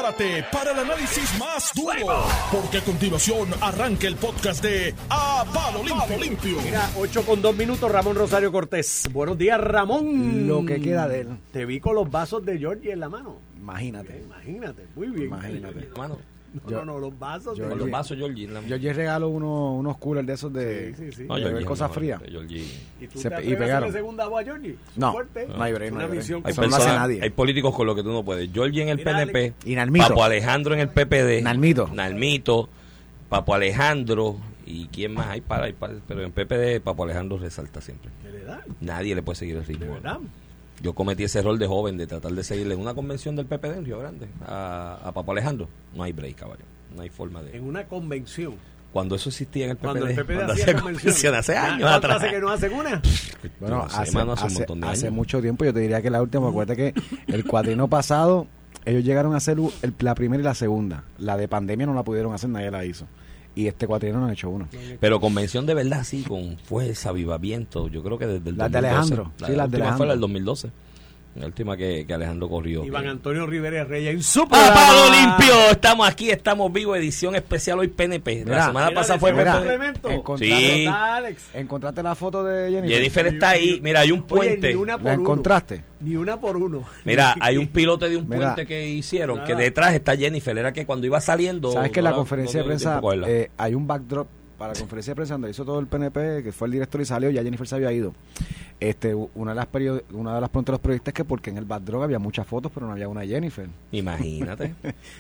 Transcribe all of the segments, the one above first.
Prepárate para el análisis más duro, porque a continuación arranca el podcast de A Palo Limpio. Mira, 8:02, Ramón Rosario Cortés. Buenos días, Ramón. Lo que queda de él. Te vi con los vasos de Georgie en la mano. Imagínate. Imagínate, muy bien. Imagínate. Mano, No, los vasos. Georgie. con los vasos Georgie. Yo ya regalo unos coolers de esos de, Sí. No, de Georgie beber cosas no, frías. Georgie. ¿Y tú Se- te y atreves a pegaron. hacerle segunda voz a Georgie? No, Fuerte. no hay break, no Una hay break. misión Hay Eso no lo hace personas, nadie. hay políticos con lo que tú no puedes. Georgie en el Mira, PNP, Y Nalmito. Papo Alejandro en el PPD, Nalmito. Papo Alejandro y quién más hay para, pero en PPD Papo Alejandro resalta siempre. ¿Qué le da? Nadie le puede seguir el ¿De ritmo. verdad? Yo cometí ese error de joven de tratar de seguirle en una convención del PPD en Río Grande a Papo Alejandro. No hay break, caballo. No hay forma de. En una convención. Cuando eso existía en el PPD, Cuando el PPD cuando hacía hacía convención. convención hace años ¿Cuánto atrás. hace que no hacen una? Bueno, No sé, mano, hace un montón de hace años. mucho tiempo. Yo te diría que la última, acuérdate que el cuatrino pasado, ellos llegaron a hacer la primera y la segunda. La de pandemia no la pudieron hacer, nadie la hizo. Y este cuatrino no ha hecho uno. Pero convención de verdad, sí, con fuerza, avivamiento. Yo creo que desde el Las de 2012. Alejandro, La sí, las de última Alejandro. fue la del 2012. La última que Alejandro corrió. Iván Antonio Rivera Reyes en su ¡A programa. Palo Limpio! Estamos aquí, estamos vivos, edición especial hoy PNP. Mira, La semana pasada fue mira, PPD. Sí. Alex. ¿Encontraste la foto de Jennifer? Jennifer está ahí. Mira, hay un Oye, puente. ni una por ¿La uno. encontraste? Ni una por uno. Mira, hay un pilote de un Mira. puente que hicieron, Nada. que detrás está Jennifer. Era que cuando iba saliendo... ¿Sabes que en la conferencia de no dio prensa tiempo a cogerla. hay un backdrop para la conferencia de prensa donde hizo todo el PNP, que fue el director y salió, ya Jennifer se había ido? Una de las preguntas de los periodistas es que porque en el backdrop había muchas fotos, pero no había una Jennifer. Imagínate.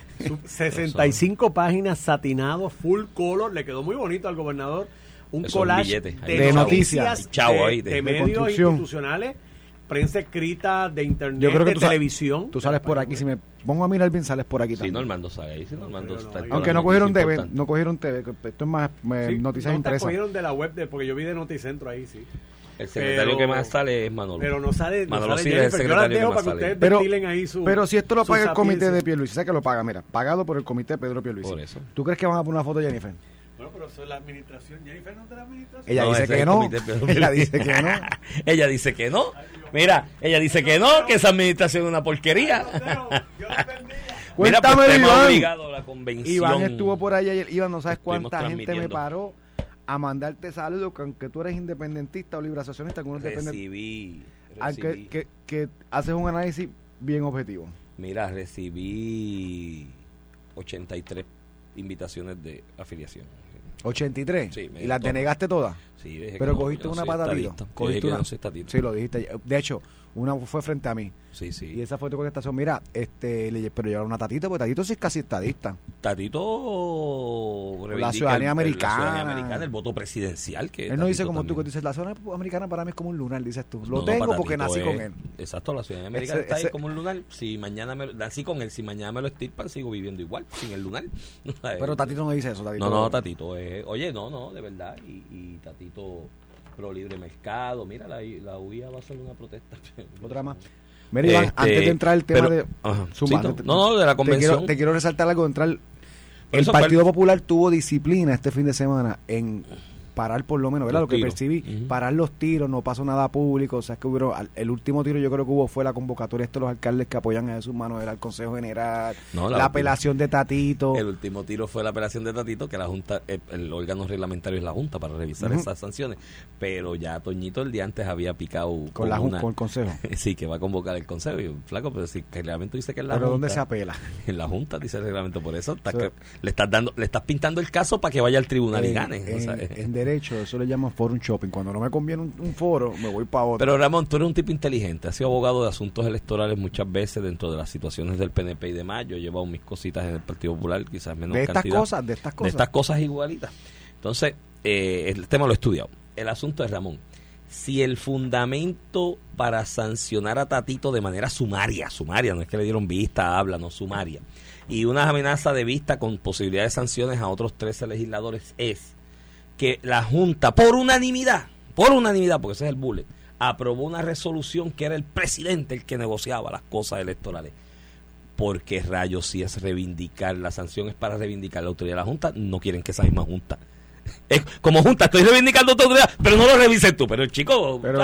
65 páginas satinado, full color. Le quedó muy bonito al gobernador. Un Eso es un collage billete. de, De noticias, noticias. Chavo ahí, de de medios construcción. institucionales, prensa escrita, de internet, Yo creo que de tú sa- televisión. Tú sales por aquí, si me pongo a mirar bien, sales por aquí Sí, también. Normando sale ahí. Sí, Normando pero está no, en Aunque todas no las cogieron noticias TV, importantes. no cogieron TV, esto es más Sí, noticias no te impresas. cogieron de la web, porque yo vi de Noticentro ahí, sí. El secretario Pero- que más sale es Manolo. Pero no sale, Manolo sale sí es el Jennifer. Yo las secretario que dejo más para que sale. ustedes Pero- ventilen ahí su Pero si esto lo su paga el comité sapiencia. de Pierluisi, ¿sabes que lo paga? Mira, pagado por el comité de Pedro Pierluisi. Por eso. ¿Tú crees que van a poner una foto de Jennifer? Bueno, pero eso es la administración. Jennifer no es de la administración. Ella No, dice ese es que el no. comité, pero- Ella dice que no. Ella dice que no. Mira, ella dice que no, que esa administración es una porquería. Yo los bendiga. Mira, Cuéntame, pues, tema Iván. obligado a la convención. Iván estuvo por ahí ayer. Iván, no sabes Estuvimos cuánta gente me transmitiendo. paró a mandarte saludos, que aunque tú eres independentista o libracionista, que uno es Recibí. que haces un análisis bien objetivo. Mira, recibí 83 invitaciones de afiliación. 83. Sí, me ¿Y las toca. denegaste todas? Sí, dije Pero que no, cogiste yo no una soy patatita. estadista. Yo dije Cogiste que una. no soy estadista. Sí, lo dijiste. De hecho, una fue frente a mí. Sí, sí. Y esa fue tu contestación. Mira, pero llevaron una tatita, porque Tatito sí es casi estadista. Tatito reivindica ciudadanía la americana. ciudadanía americana, el voto presidencial. Que Él no dice Tatito como tú, que también. dices, la zona americana para mí es como un lunar, dices tú. Lo No, tengo para porque Tatito nací es- con él. Exacto, la ciudadanía americana está ahí ese- como un lunar. Si mañana nací con él, si mañana me lo estirpan, sigo viviendo igual, sin el lunar. Pero Tatito no dice eso, Tatito. No, Tatito es... Oye, no, de verdad. Y Tatito pro libre mercado. Mira, la UIA va a hacer una protesta. Otra más. Mira, Iván, antes de entrar el tema de... Ajá. Zumba, Sí, antes- no, de la convención. Te quiero resaltar algo de entrar... Por El eso Partido fue- Popular tuvo disciplina este fin de semana en parar por lo menos, ¿verdad? Los Lo que tiros. percibí, Ujú. parar los tiros, no pasó nada público, o sea, es que el último tiro yo creo que hubo fue la convocatoria de los alcaldes que apoyan a Jesús Manuel al Consejo General, No, la última- apelación de Tatito. El último tiro fue la apelación de Tatito, que la Junta, el órgano reglamentario es la Junta para revisar Ujú. esas sanciones. Pero ya Toñito el día antes había picado con el Consejo. Sí, que va a convocar el Consejo. Y yo, flaco, pero si el reglamento dice que es la Pero Junta. ¿dónde se apela? En la Junta dice el reglamento, por eso Sí. le estás pintando el caso para que vaya al tribunal y gane. O sea, En derecho, eso le llaman forum shopping. Cuando no me conviene un foro, me voy para otro. Pero Ramón, tú eres un tipo inteligente, has sido abogado de asuntos electorales muchas veces dentro de las situaciones del PNP y demás. Yo he llevado mis cositas en el Partido Popular, quizás menos de estas cantidad. cosas. De estas cosas igualitas. Entonces, el tema lo he estudiado. El asunto es, Ramón, si el fundamento para sancionar a Tatito de manera sumaria, no es que le dieron vista, habla, no, sumaria, y una amenaza de vista con posibilidad de sanciones a otros 13 legisladores es que la Junta, por unanimidad, porque ese es el bullet, aprobó una resolución que era el presidente el que negociaba las cosas electorales. Porque rayos si es reivindicar, la sanción es para reivindicar la autoridad de la Junta, no quieren que esa misma Junta Como Junta, estoy reivindicando tu autoridad, pero no lo revises tú. Pero el chico... Pero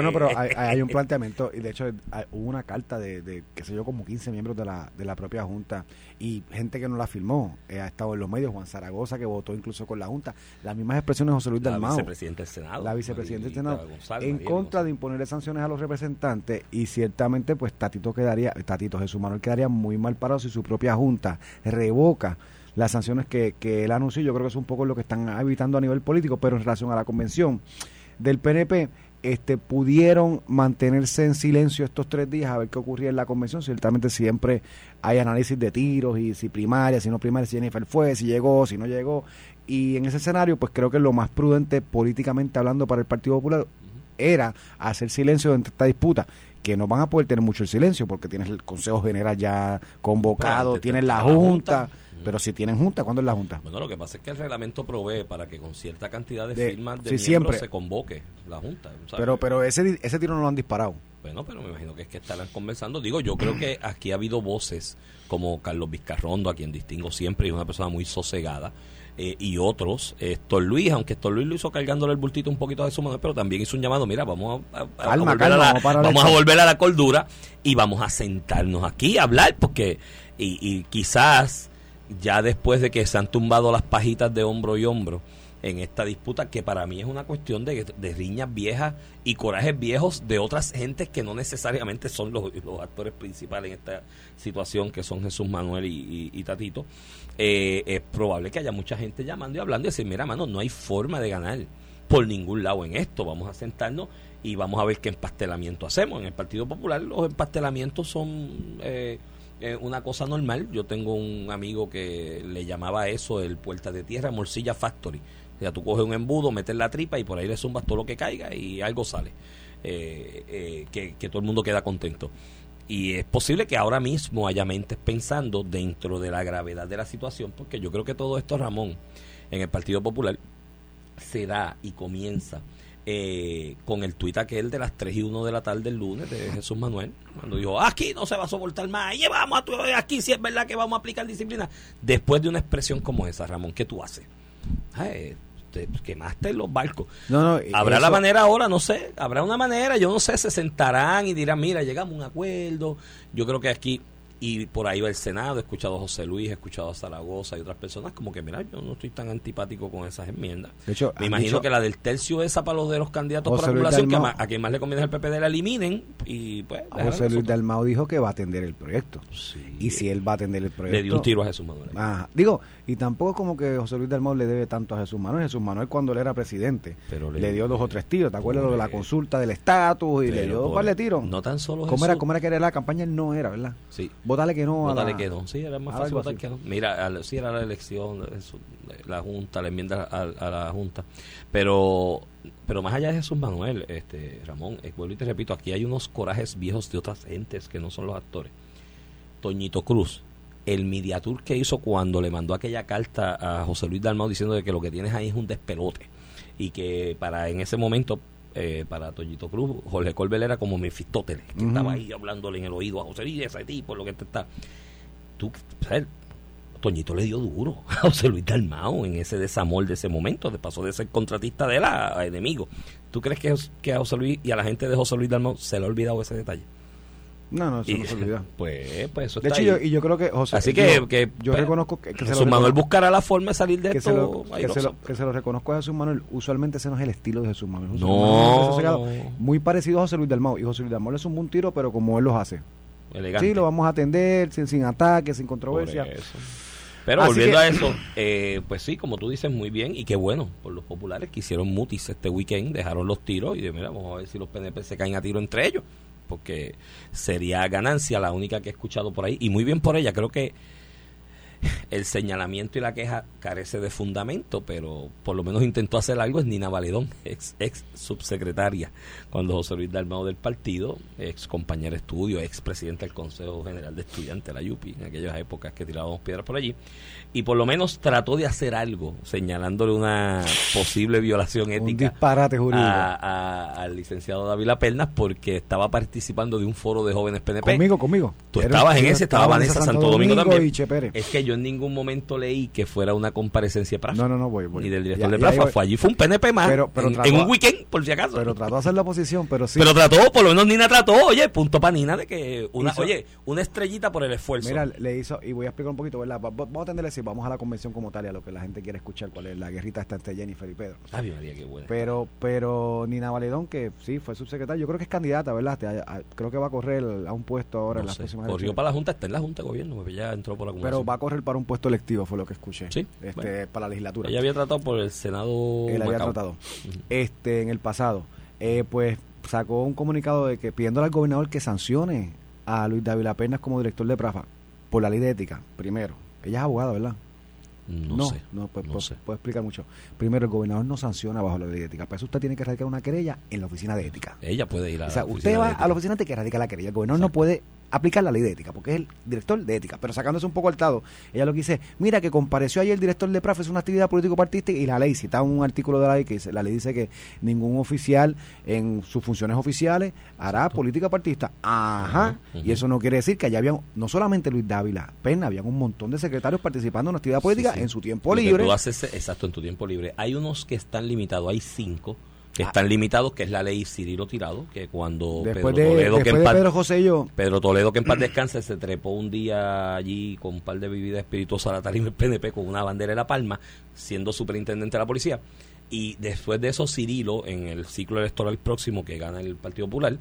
hay un planteamiento, y de hecho hubo una carta de qué sé yo, como 15 miembros de la propia Junta, y gente que no la firmó, ha estado en los medios, Juan Zaragoza, que votó incluso con la Junta, las mismas expresiones de José Luis Dalmau, la vicepresidenta del Senado, en contra de imponerle sanciones a los representantes, y ciertamente pues Jesús Manuel quedaría muy mal parado si su propia Junta revoca las sanciones que él anunció. Yo creo que es un poco lo que están evitando a nivel político, pero en relación a la convención del PNP, pudieron mantenerse en silencio estos 3 días a ver qué ocurría en la convención. Ciertamente siempre hay análisis de tiros, y si primaria, si no primaria, si Jennifer fue, si llegó, si no llegó, y en ese escenario pues creo que lo más prudente políticamente hablando para el Partido Popular era hacer silencio entre esta disputa, que no van a poder tener mucho el silencio porque tienes el Consejo General ya convocado, tienes la Junta. Pero si tienen junta, ¿cuándo es la junta? Bueno, lo que pasa es que el reglamento provee para que con cierta cantidad de firmas de miembros siempre se convoque la junta, ¿sabes? Pero ese tiro no lo han disparado. Bueno, pero me imagino que es que estarán conversando. Digo, yo creo que aquí ha habido voces como Carlos Vizcarrondo, a quien distingo siempre, y es una persona muy sosegada, y otros, Héctor Luis, aunque Héctor Luis lo hizo cargándole el bultito un poquito a Jesús Manuel, pero también hizo un llamado, mira, vamos a volver a la cordura y vamos a sentarnos aquí a hablar, porque y quizás ya después de que se han tumbado las pajitas de hombro y hombro en esta disputa, que para mí es una cuestión de riñas viejas y corajes viejos de otras gentes que no necesariamente son los actores principales en esta situación, que son Jesús Manuel y Tatito, es probable que haya mucha gente llamando y hablando y decir, mira, mano, no hay forma de ganar por ningún lado en esto, vamos a sentarnos y vamos a ver qué empastelamiento hacemos. En el Partido Popular los empastelamientos son una cosa normal. Yo tengo un amigo que le llamaba a eso el puerta de tierra, morcilla factory. O sea, tú coges un embudo, metes la tripa y por ahí le zumbas todo lo que caiga y algo sale. Que todo el mundo queda contento. Y es posible que ahora mismo haya mentes pensando dentro de la gravedad de la situación, porque yo creo que todo esto, Ramón, en el Partido Popular se da y comienza con el tuit aquel de las 3:01 de la tarde el lunes de Jesús Manuel, cuando dijo, aquí no se va a soportar más, llevamos aquí si es verdad que vamos a aplicar disciplina. Después de una expresión como esa, Ramón, ¿qué tú haces? Te quemaste los barcos. Habrá la manera ahora, no sé, habrá una manera, yo no sé, se sentarán y dirán, mira, llegamos a un acuerdo. Yo creo que aquí, y por ahí va el Senado, he escuchado a José Luis, he escuchado a Zaragoza y otras personas, como que mira, yo no estoy tan antipático con esas enmiendas. De hecho, me imagino que la del tercio esa para los de los candidatos por acumulación, que a quien más le conviene al PPD la eliminen, y pues José Luis Dalmau dijo que va a atender el proyecto. Sí. Y si él va a atender el proyecto, le dio un tiro a Jesús Manuel. Y tampoco es como que José Luis Dalmau le debe tanto a Jesús Manuel. Jesús Manuel, cuando él era presidente, le dio 2 o 3 tiros. ¿Te acuerdas lo de la consulta del estatus? Y le dio un par de tiros. No tan solo ¿Cómo era que era la campaña? Él no era, ¿verdad? Sí. Votale que no. Que no. Sí, era más fácil votar que no. Mira, sí era la elección, la Junta, la enmienda a la Junta. Pero más allá de Jesús Manuel, Ramón, vuelvo y te repito, aquí hay unos corajes viejos de otras gentes que no son los actores. Toñito Cruz, el media tour que hizo cuando le mandó aquella carta a José Luis Dalmau diciendo de que lo que tienes ahí es un despelote, y que en ese momento, para Toñito Cruz, Jorge Colbert era como Mefistóteles, que estaba ahí hablándole en el oído a José Luis, ese tipo, lo que te está. Toñito le dio duro a José Luis Dalmau en ese desamor de ese momento, pasó de ser contratista de él a enemigo. ¿Tú crees que a José Luis y a la gente de José Luis Dalmau se le ha olvidado ese detalle? No, eso no se olvida. Pues eso de está hecho, ahí. yo creo que José, así yo reconozco que Jesús Manuel buscará la forma de salir de esto. Que se lo reconozco a Jesús Manuel. Usualmente ese no es el estilo de Jesús Manuel. Muy parecido a José Luis Dalmau. Y José Luis Dalmau le zumbó un tiro, pero como él los hace. Elegante. Sí, lo vamos a atender sin ataques, sin controversia. Pero así volviendo a eso, pues sí, como tú dices muy bien, y qué bueno por los populares que hicieron mutis este weekend, dejaron los tiros y mira, vamos a ver si los PNP se caen a tiro entre ellos, porque sería ganancia la única que he escuchado por ahí, y muy bien por ella. Creo que el señalamiento y la queja carece de fundamento, pero por lo menos intentó hacer algo. Es Nina Valedón, ex subsecretaria cuando José Luis Dalmau del partido, ex compañera de estudio, ex presidenta del Consejo General de Estudiantes, la YUPI, en aquellas épocas que tirábamos piedras por allí, y por lo menos trató de hacer algo, señalándole una posible violación ética, un disparate jurídico al licenciado Dávila Pernas, porque estaba participando de un foro de jóvenes PNP. Conmigo. Tú estabas en ese, estaba Vanessa Santo Domingo también. Y Che Pérez. Es que yo en ningún momento leí que fuera una comparecencia de Prafa. No, voy. Ni del director de Prafa. Fue allí, fue un PNP más. Pero en un weekend, por si acaso. Pero trató de hacer la oposición, pero sí. Pero trató, por lo menos Nina trató, oye, punto para Nina de que una estrellita por el esfuerzo. Mira, le hizo, y voy a explicar un poquito, ¿verdad? Vamos a tenerle decir, vamos a la convención como tal y a lo que la gente quiere escuchar, cuál es la guerrita esta entre Jennifer y Pedro. Ay, María, qué buena. Pero Nina Valedón, que sí, fue subsecretaria, yo creo que es candidata, ¿verdad? Creo que va a correr a un puesto ahora en las próximas Corrió elecciones. para la Junta, está en la Junta de Gobierno, porque ya entró por la convención. Pero va a correr para un puesto electivo, fue lo que escuché. Sí. Para la legislatura. Ella había tratado por el Senado. Él había tratado. En el pasado. Pues sacó un comunicado de que pidiéndole al gobernador que sancione a Luis Dávila Pernas como director de Prafa por la ley de ética, primero. Ella es abogada, ¿verdad? No sé. Puede explicar mucho. Primero, el gobernador no sanciona bajo la ley de ética. Para eso usted tiene que radicar una querella en la oficina de ética. Ella puede ir a la oficina. Usted va a la oficina de ética y radica la querella. El gobernador no puede aplicar la ley de ética porque es el director de ética. Pero sacándose un poco altado, ella lo que dice, mira que compareció ayer el director de Prafa, es una actividad político-partidista y la ley, cita un artículo de la ley que dice, la ley dice que ningún oficial en sus funciones oficiales hará política partidista. Y eso no quiere decir que allá había, no solamente Luis Dávila Pernas, había un montón de secretarios participando en una actividad política en su tiempo libre. Tú haces, exacto, en tu tiempo libre. Hay unos que están limitados, hay 5 que están limitados, que es la ley Cirilo Tirado, que cuando Pedro Toledo, que en paz descanse, se trepó un día allí con un par de bebidas espirituosas a la tarima del PNP con una bandera de La Palma, siendo superintendente de la policía, y después de eso Cirilo, en el ciclo electoral próximo que gana el Partido Popular,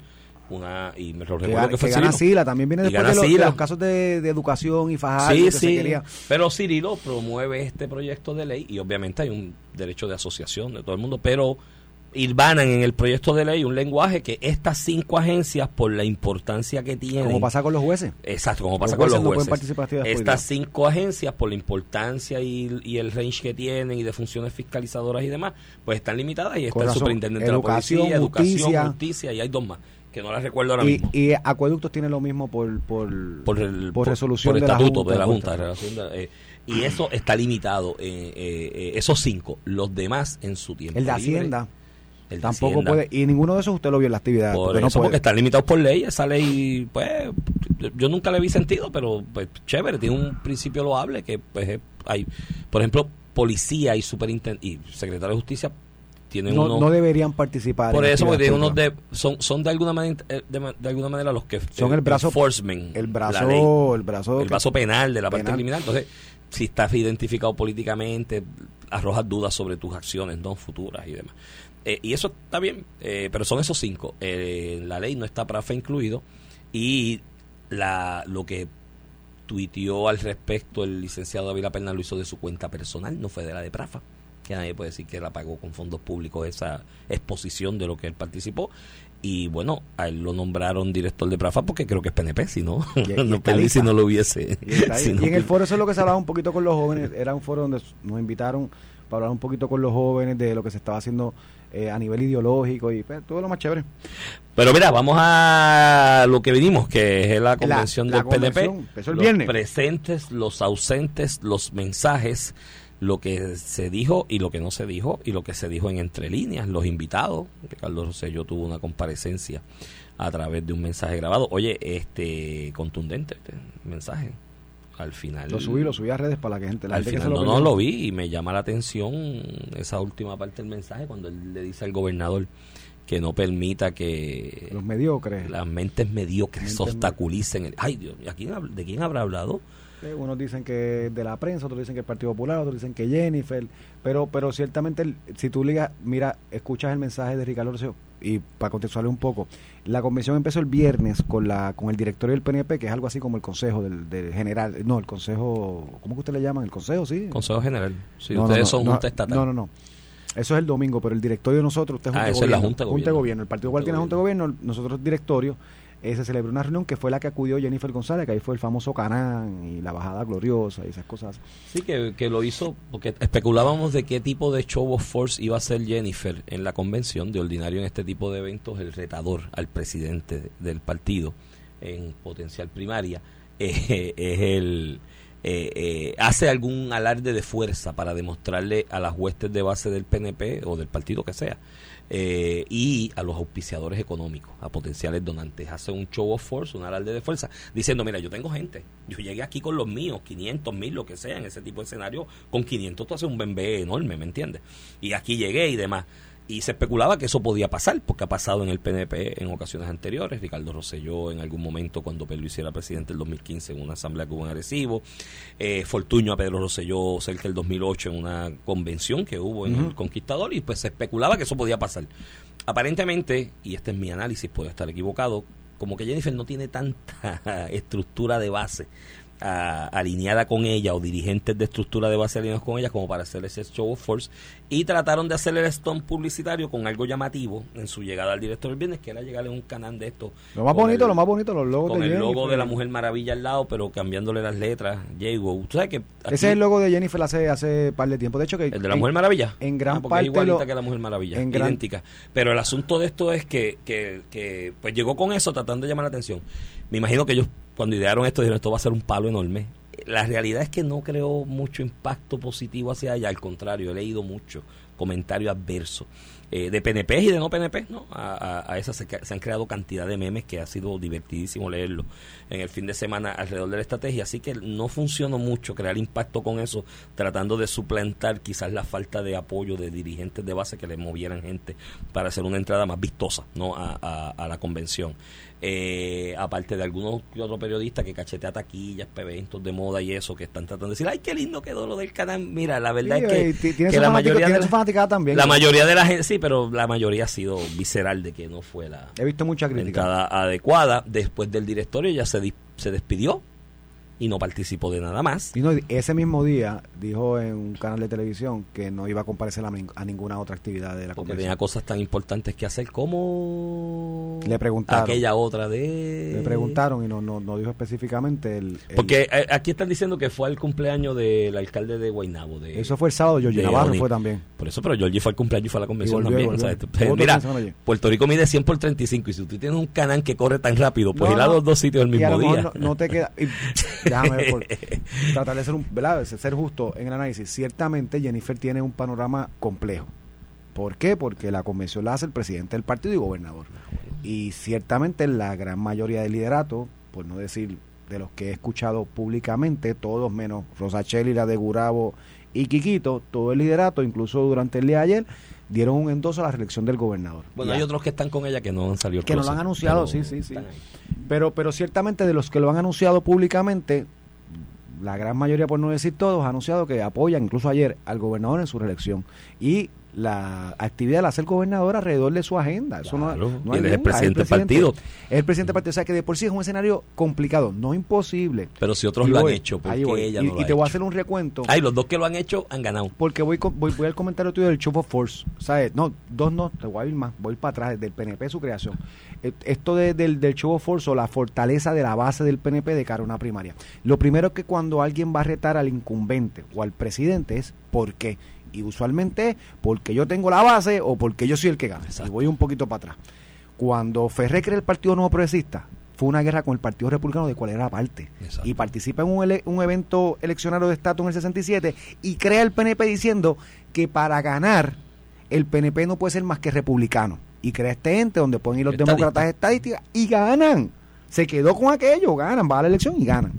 y me lo recuerdo que fue gana Sila, también viene después de los casos de educación y Fajardo. Sí. Pero Cirilo promueve este proyecto de ley y obviamente hay un derecho de asociación de todo el mundo, pero irvanan en el proyecto de ley un lenguaje que estas 5 agencias, por la importancia que tienen, como pasa con los jueces. Exacto, como pasa con los jueces. Estas 5 agencias, por la importancia y el range que tienen y de funciones fiscalizadoras y demás, pues están limitadas y está el superintendente de la policía, educación, justicia, y hay 2 más que no las recuerdo ahora mismo. Y Acueductos tiene lo mismo por resolución por de estatuto de la Junta. Y eso está limitado, esos 5, los demás en su tiempo. El de Hacienda. Libre, tampoco puede, y ninguno de esos usted lo vio en la actividad. Porque están limitados por ley. Esa ley, pues, yo nunca le vi sentido, pero pues chévere, tiene un principio loable que pues hay, por ejemplo, policía y superintendente y secretario de justicia tienen no deberían participar. Por eso, porque tienen son de alguna manera los que son el brazo enforcement, el brazo penal de la parte criminal. Entonces, si estás identificado políticamente, arrojas dudas sobre tus acciones no futuras y demás. Y eso está bien, pero son esos 5. La ley no está Prafa incluido y lo que tuiteó al respecto el licenciado Dávila Pernas lo hizo de su cuenta personal, no fue de la de Prafa, que nadie puede decir que la pagó con fondos públicos esa exposición de lo que él participó. Y bueno, a él lo nombraron director de Prafa porque creo que es PNP, si no, si no lo hubiese. Y en el foro eso es lo que se hablaba un poquito con los jóvenes, era un foro donde nos invitaron para hablar un poquito con los jóvenes de lo que se estaba haciendo a nivel ideológico y pues, todo lo más chévere. Pero mira, vamos a lo que vinimos, que es la convención del PNP. Empezó el viernes. Los presentes, los ausentes, los mensajes, lo que se dijo y lo que no se dijo y lo que se dijo en entre líneas, los invitados. Ricardo Rosselló tuvo una comparecencia a través de un mensaje grabado. Oye, contundente este mensaje. Al final lo subí a redes para la gente. Al final no lo vi y me llama la atención esa última parte del mensaje cuando él le dice al gobernador que no permita que los mediocres, las mentes mediocres obstaculicen ay Dios, ¿de quién habrá hablado? Unos dicen que de la prensa, otros dicen que el Partido Popular, otros dicen que Jennifer, pero ciertamente si tú escuchas el mensaje de Ricardo Rosselló, y para contextualizar un poco, la convención empezó el viernes con el directorio del PNP, que es algo así como el consejo del general, no, el consejo, ¿cómo que usted le llaman? ¿El consejo, sí? Consejo general, sí, ustedes son junta estatal. No, eso es el domingo, pero el directorio de nosotros, usted es eso es la Junta de Gobierno. El Partido Popular tiene Junta de Gobierno, nosotros directorio. Se celebró una reunión que fue la que acudió Jennifer González, que ahí fue el famoso Canán y la bajada gloriosa y esas cosas. Sí, que lo hizo porque especulábamos de qué tipo de show of force iba a ser Jennifer en la convención. De ordinario en este tipo de eventos el retador al presidente del partido en potencial primaria es hace algún alarde de fuerza para demostrarle a las huestes de base del PNP o del partido que sea, y a los auspiciadores económicos, a potenciales donantes, hace un show of force, un alarde de fuerza, diciendo, mira, yo tengo gente, yo llegué aquí con los míos, 500, 1000, lo que sea, en ese tipo de escenario, con 500 tú haces un bembé enorme, ¿me entiendes? Y aquí llegué y demás. Y se especulaba que eso podía pasar, porque ha pasado en el PNP en ocasiones anteriores. Ricardo Rosselló en algún momento, cuando Pierluisi era presidente en el 2015, en una asamblea que hubo en Arecibo. Fortuño a Pedro Rosselló cerca del 2008 en una convención que hubo en el Conquistador, y pues se especulaba que eso podía pasar. Aparentemente, y este es mi análisis, puede estar equivocado, como que Jennifer no tiene tanta estructura de base alineada con ella, o dirigentes de estructura de base alineados con ella, como para hacer ese show of force, y trataron de hacer el stunt publicitario con algo llamativo en su llegada al director del viernes, que era llegarle a un canal de esto, lo más bonito, los logos con de el Jennifer, logo de la Mujer Maravilla al lado, pero cambiándole las letras, J-Wo. ¿Tú sabes que aquí, ese es el logo de Jennifer hace par de tiempo, de hecho, que el de la Mujer Maravilla, en gran porque parte es igualita que la Mujer Maravilla, en idéntica, pero el asunto de esto es que pues llegó con eso tratando de llamar la atención. Me imagino que ellos, cuando idearon esto, dijeron, esto va a ser un palo enorme. La realidad es que no creó mucho impacto positivo hacia allá, al contrario, he leído mucho comentario adverso de PNP y de no PNP, ¿no? A esas se han creado cantidad de memes que ha sido divertidísimo leerlo en el fin de semana alrededor de la estrategia, así que no funcionó mucho crear impacto con eso, tratando de suplantar quizás la falta de apoyo de dirigentes de base que le movieran gente para hacer una entrada más vistosa, ¿no? a la convención. Aparte de algunos y otros periodistas que cachetea taquillas, eventos de moda y eso, que están tratando de decir, ay, qué lindo quedó lo del canal. Mira, la verdad es que la mayoría de también, la mayoría de la gente, sí, pero la mayoría ha sido visceral de que no fue la he visto mucha crítica entrada adecuada. Después del directorio ya se despidió y no participó de nada más. Y no, ese mismo día dijo en un canal de televisión que no iba a comparecer a ninguna otra actividad de la porque convención. tenía cosas tan importantes que hacer como le preguntaron, aquella otra de... Le preguntaron y no dijo específicamente porque aquí están diciendo que fue al cumpleaños del alcalde de Guaynabo. Eso fue el sábado, Georgie Navarro fue también. Por eso, pero Georgie fue al cumpleaños y fue a la convención volvió. también. Mira, Puerto Rico mide 100 por 35 y si tú tienes un canal que corre tan rápido, pues ir a los dos sitios el mismo día. No te queda... Déjame ver, tratar de ser ser justo en el análisis. Ciertamente Jennifer tiene un panorama complejo. ¿Por qué? Porque la convención la hace el presidente del partido y gobernador. Y ciertamente la gran mayoría del liderato, por no decir de los que he escuchado públicamente, todos menos Rosacheli, la de Gurabo y Quiquito, todo el liderato, incluso durante el día de ayer, dieron un endoso a la reelección del gobernador. Bueno, hay otros que están con ella que no han salido. Que no lo han anunciado, sí. Pero ciertamente de los que lo han anunciado públicamente, la gran mayoría, por no decir todos, ha anunciado que apoyan, incluso ayer, al gobernador en su reelección. Y la actividad la hace el gobernador alrededor de su agenda. Eso claro, no hay él es el presidente del partido. Es el presidente del partido. O sea que de por sí es un escenario complicado, no imposible. Pero si otros lo han hecho, ¿por qué ella no lo ha hecho? Y te voy a hacer un recuento. Los dos que lo han hecho han ganado. Porque voy al comentario tuyo del Show of Force. ¿Sabes? No, dos no, te voy a ir más. Voy para atrás, desde el PNP, su creación. Esto del Show of Force o la fortaleza de la base del PNP de cara a una primaria. Lo primero que cuando alguien va a retar al incumbente o al presidente es ¿por qué? Y usualmente es porque yo tengo la base o porque yo soy el que gana. Y voy un poquito para atrás. Cuando Ferré crea el Partido Nuevo Progresista, fue una guerra con el Partido Republicano de cual era parte. Exacto. Y participa en un evento eleccionario de estatus en el 67 y crea el PNP diciendo que para ganar el PNP no puede ser más que republicano. Y crea este ente donde pueden ir los demócratas estadísticas y ganan. Se quedó con aquello, ganan, va a la elección y ganan.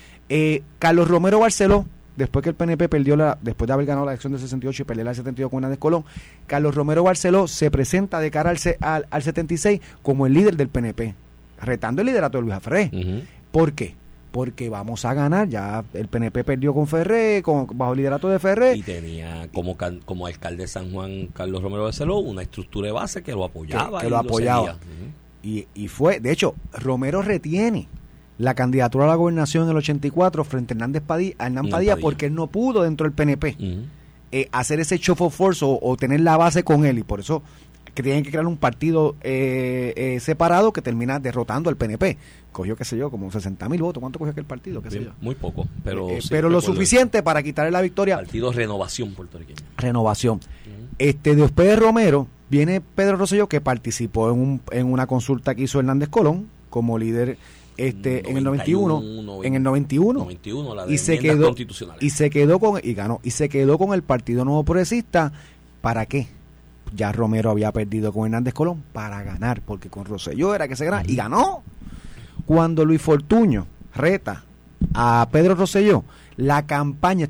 Carlos Romero Barceló, después que el PNP después de haber ganado la elección del 68 y perder la del 72 con Hernández Colón, Carlos Romero Barceló se presenta de cara al 76 como el líder del PNP, retando el liderato de Luis Ferré. ¿Por qué? Porque vamos a ganar, ya el PNP perdió con Ferré, bajo el liderato de Ferré. Y tenía como alcalde de San Juan Carlos Romero Barceló una estructura de base que lo apoyaba. Que lo apoyaba. Y fue, de hecho, Romero retiene la candidatura a la gobernación en el 84 frente a Hernán Padilla porque él no pudo dentro del PNP hacer ese show of force o tener la base con él, y por eso que tienen que crear un partido separado que termina derrotando al PNP. Cogió, qué sé yo, como 60,000 votos. ¿Cuánto cogió aquel partido? Qué sé yo. Muy poco, pero pero lo suficiente para quitarle la victoria. Partido Renovación puertorriqueña. Renovación. Después de Romero viene Pedro Rosselló, que participó en una consulta que hizo Hernández Colón como líder en el 91, la de y se enmiendas quedó constitucionales. y se quedó con el Partido Nuevo Progresista. ¿Para qué? Ya Romero había perdido con Hernández Colón para ganar, porque con Rosselló era que se ganaba, y ganó. Cuando Luis Fortuño reta a Pedro Rosselló, la campaña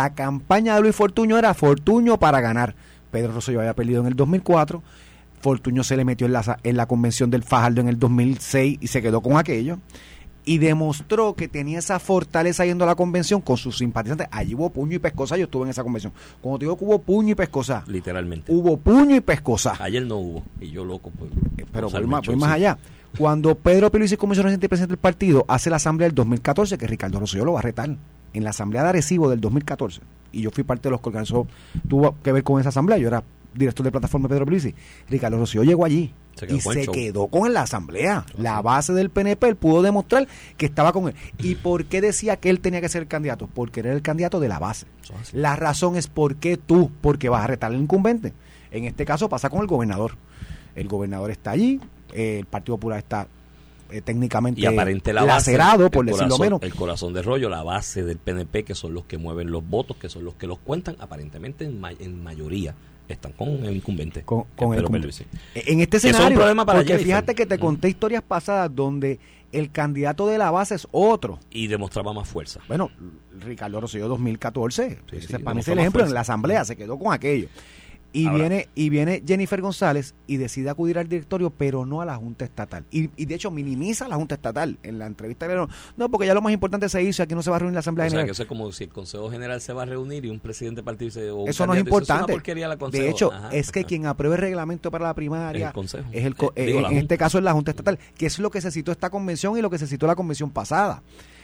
de Luis Fortuño era Fortuño para ganar. Pedro Rosselló había perdido en el 2004, Fortuño se le metió en la convención del Fajardo en el 2006 y se quedó con aquello, y demostró que tenía esa fortaleza yendo a la convención con sus simpatizantes. Allí hubo puño y pescosa. Yo estuve en esa convención. Cuando te digo que hubo puño y pescosa, literalmente hubo puño y pescosa. Ayer no hubo, y yo loco pues, pero voy más allá. Cuando Pedro Pierluisi, comisionado residente y presidente del partido, hace la asamblea del 2014, que Ricardo Rosselló lo va a retar en la asamblea de Arecibo del 2014, y yo fui parte de los que organizó, tuvo que ver con esa asamblea. Yo era director de plataforma de Pedro Pierluisi. Ricardo Rosselló llegó allí y se quedó con la asamblea. La base del PNP, él pudo demostrar que estaba con él. ¿Y por qué decía que él tenía que ser el candidato? Porque era el candidato de la base. La razón es porque vas a retar al incumbente. En este caso pasa con el gobernador. El gobernador está allí, el Partido Popular está técnicamente lacerado, por decirlo menos. El corazón de rollo, la base del PNP, que son los que mueven los votos, que son los que los cuentan, aparentemente en mayoría están con el incumbente. Con el incumbente. En este escenario, es un problema para porque Jennifer. Fíjate que te conté historias pasadas donde el candidato de la base es otro. Y demostraba más fuerza. Bueno, Ricardo Rosselló 2014, para mí es el ejemplo, en la asamblea se quedó con aquello. Y viene Jennifer González y decide acudir al directorio, pero no a la Junta Estatal. Y de hecho minimiza a la Junta Estatal. En la entrevista no, porque ya lo más importante se hizo, aquí no se va a reunir la Asamblea General. O sea, que eso es como si el Consejo General se va a reunir y un presidente del partido dice... Eso no es importante. De hecho, es que quien apruebe el reglamento para la primaria... Es el Consejo. En este caso es la Junta Estatal, que es lo que se citó esta convención y lo que se citó la convención pasada.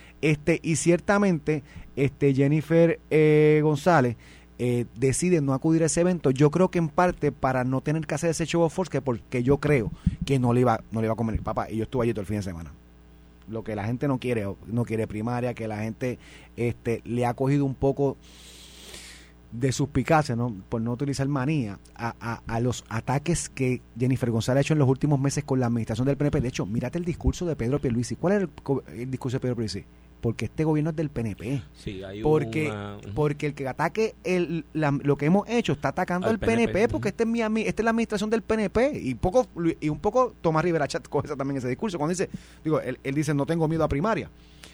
Y ciertamente, Jennifer González... decide no acudir a ese evento, yo creo que en parte para no tener que hacer ese show of force, porque yo creo que no le iba a convenir. Papá, y yo estuve allí todo el fin de semana. Lo que la gente no quiere primaria, que la gente le ha cogido un poco de suspicacia, ¿no? Por no utilizar manía, a los ataques que Jennifer González ha hecho en los últimos meses con la administración del PNP. De hecho, mírate el discurso de Pedro Pierluisi. ¿Cuál es el discurso de Pedro Pierluisi? Porque este gobierno es del PNP. Sí, hay porque el que ataque lo que hemos hecho está atacando al PNP, porque esta es la administración del PNP. Y un poco Tomás Rivera Chat coge también ese discurso cuando dice, él dice, no tengo miedo a primaria.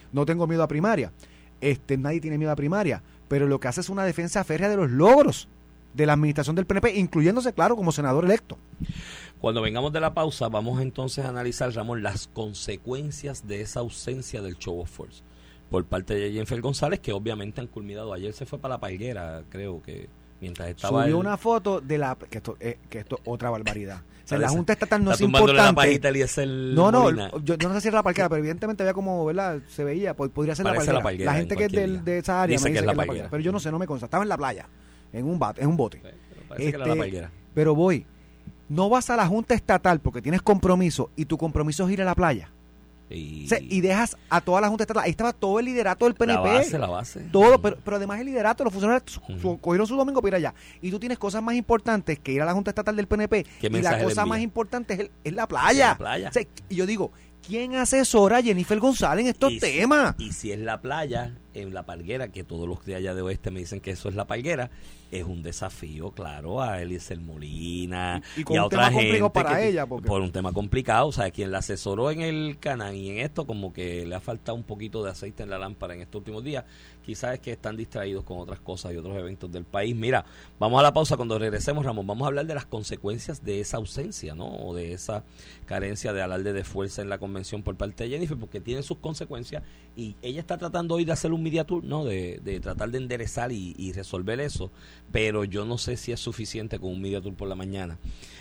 Nadie tiene miedo a primaria, pero lo que hace es una defensa férrea de los logros de la administración del PNP, incluyéndose, claro, como senador electo. Cuando vengamos de la pausa, vamos entonces a analizar, Ramón, las consecuencias de esa ausencia del show of force por parte de Jennifer González, que obviamente han culminado. Ayer se fue para la Palguera, creo que mientras estaba... Subió una foto de que esto es otra barbaridad. O sea, la Junta Estatal no es importante. La pajita el no, yo no sé si era la Palguera, pero evidentemente había como, ¿verdad? Se veía, podría ser la Palguera. La gente que es de esa área dice me dice que es la Palguera. Pero yo no sé, no me consta. Estaba en la playa, en un bote. Pero parece que era la Palguera. Pero no vas a la Junta Estatal porque tienes compromiso y tu compromiso es ir a la playa. Y dejas a toda la Junta Estatal. Ahí estaba todo el liderato del PNP. La base. Todo, pero además el liderato, los funcionarios cogieron su domingo para ir allá. Y tú tienes cosas más importantes que ir a la Junta Estatal del PNP. Y la cosa más importante es la playa. O sea, y yo digo, ¿quién asesora a Jennifer González en estos temas? Y si es la playa, en la Palguera, que todos los de allá de oeste me dicen que eso es la Palguera, es un desafío, claro, a Eliezer Molina y a otra gente para ella, por un tema complicado. O sea, quien la asesoró en el canal y en esto, como que le ha faltado un poquito de aceite en la lámpara en estos últimos días. Quizás es que están distraídos con otras cosas y otros eventos del país. Mira, vamos a la pausa. Cuando regresemos, Ramón, vamos a hablar de las consecuencias de esa ausencia, ¿no? O de esa carencia de alarde de fuerza en la convención por parte de Jennifer, porque tiene sus consecuencias y ella está tratando hoy de hacer un media tour, ¿no? De tratar de enderezar y resolver eso, pero yo no sé si es suficiente con un media tour por la mañana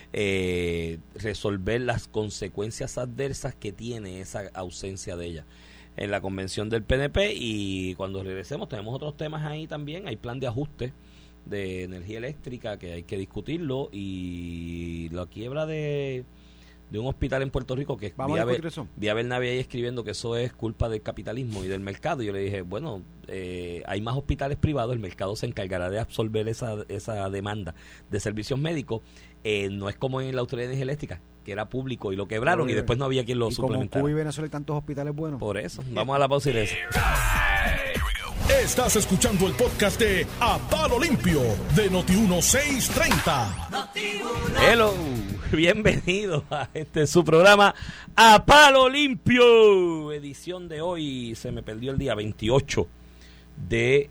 resolver las consecuencias adversas que tiene esa ausencia de ella en la convención del PNP. Y cuando regresemos tenemos otros temas ahí también. Hay plan de ajuste de energía eléctrica que hay que discutirlo, y la quiebra de un hospital en Puerto Rico, que vi a Bernabe ahí escribiendo que eso es culpa del capitalismo y del mercado. Y yo le dije, bueno, hay más hospitales privados, el mercado se encargará de absorber esa demanda de servicios médicos. No es como en la Autoridad de Energía Eléctrica, que era público y lo quebraron y después no había quien lo y como en suplementara. Cuba y Venezuela hay tantos hospitales buenos. Por eso, vamos a la pausa y de eso. Estás escuchando el podcast de A Palo Limpio de Noti1630. Hello, bienvenido a su programa A Palo Limpio, edición de hoy, se me perdió el día 28 de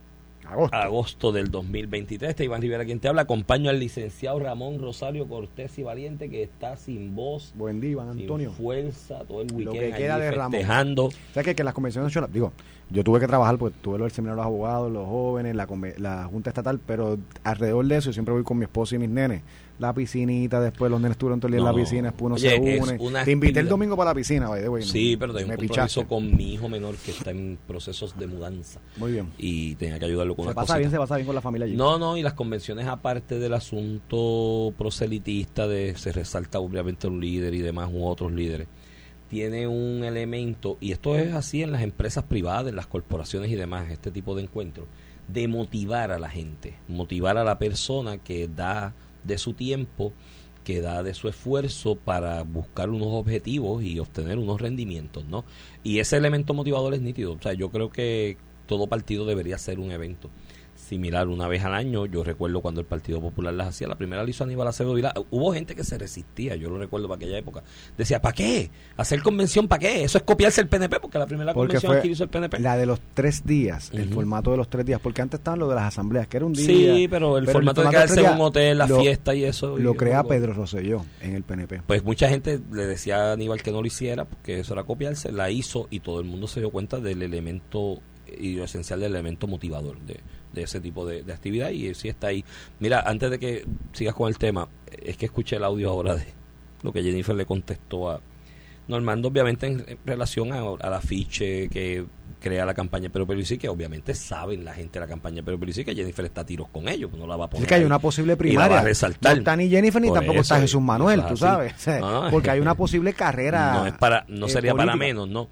agosto del 2023. Este Iván Rivera quien te habla, acompaño al licenciado Ramón Rosario Cortés y Valiente, que está sin voz. Buen día, Iván Antonio. Sin fuerza, todo el weekend lo que queda de festejando. Ramón. O sea que las convenciones, yo tuve que trabajar porque tuve el seminario de los abogados, los jóvenes, la Junta Estatal, pero alrededor de eso yo siempre voy con mi esposo y mis nenes. La piscinita, después los nenes estuvieron todo el día en la piscina, después uno se une. Te invité el domingo para la piscina, Sí, pero tengo un compromiso con mi hijo menor que está en procesos de mudanza. Muy bien. Y tenía que ayudarlo con se pasa bien con la familia allí. No, y las convenciones, aparte del asunto proselitista, se resalta obviamente un líder y demás u otros líderes, tiene un elemento, y esto es así en las empresas privadas, en las corporaciones y demás, este tipo de encuentros, de motivar a la gente, motivar a la persona que da de su tiempo, que da de su esfuerzo para buscar unos objetivos y obtener unos rendimientos, ¿no? Y ese elemento motivador es nítido. O sea, yo creo que todo partido debería ser un evento similar una vez al año. Yo recuerdo cuando el Partido Popular las hacía, la primera la hizo Aníbal Acevedo Vilá. Hubo gente que se resistía, yo lo recuerdo para aquella época. Decía, ¿para qué? ¿Hacer convención para qué? Eso es copiarse el PNP, porque la primera convención aquí hizo el PNP. La de los 3 días, el formato de los 3 días, porque antes estaban lo de las asambleas, que era un día. Sí, pero el formato de quedarse en un hotel, la fiesta y eso. Lo crea Pedro Rosselló en el PNP. Pues mucha gente le decía a Aníbal que no lo hiciera, porque eso era copiarse, la hizo y todo el mundo se dio cuenta del elemento y lo esencial del elemento motivador de ese tipo de actividad, y sí está ahí. Mira, antes de que sigas con el tema, es que escuché el audio ahora de lo que Jennifer le contestó a Normando, obviamente en relación al afiche que crea la campaña Pedro Pierluisi, que obviamente saben la gente de la campaña Pedro Pierluisi que Jennifer está a tiros con ellos, pues no la va a poner. Es que hay una posible primaria. Y la va a resaltar. No está ni Jennifer ni tampoco está Jesús Manuel, tú sabes. No, porque hay una posible carrera. No sería política. para menos, ¿no?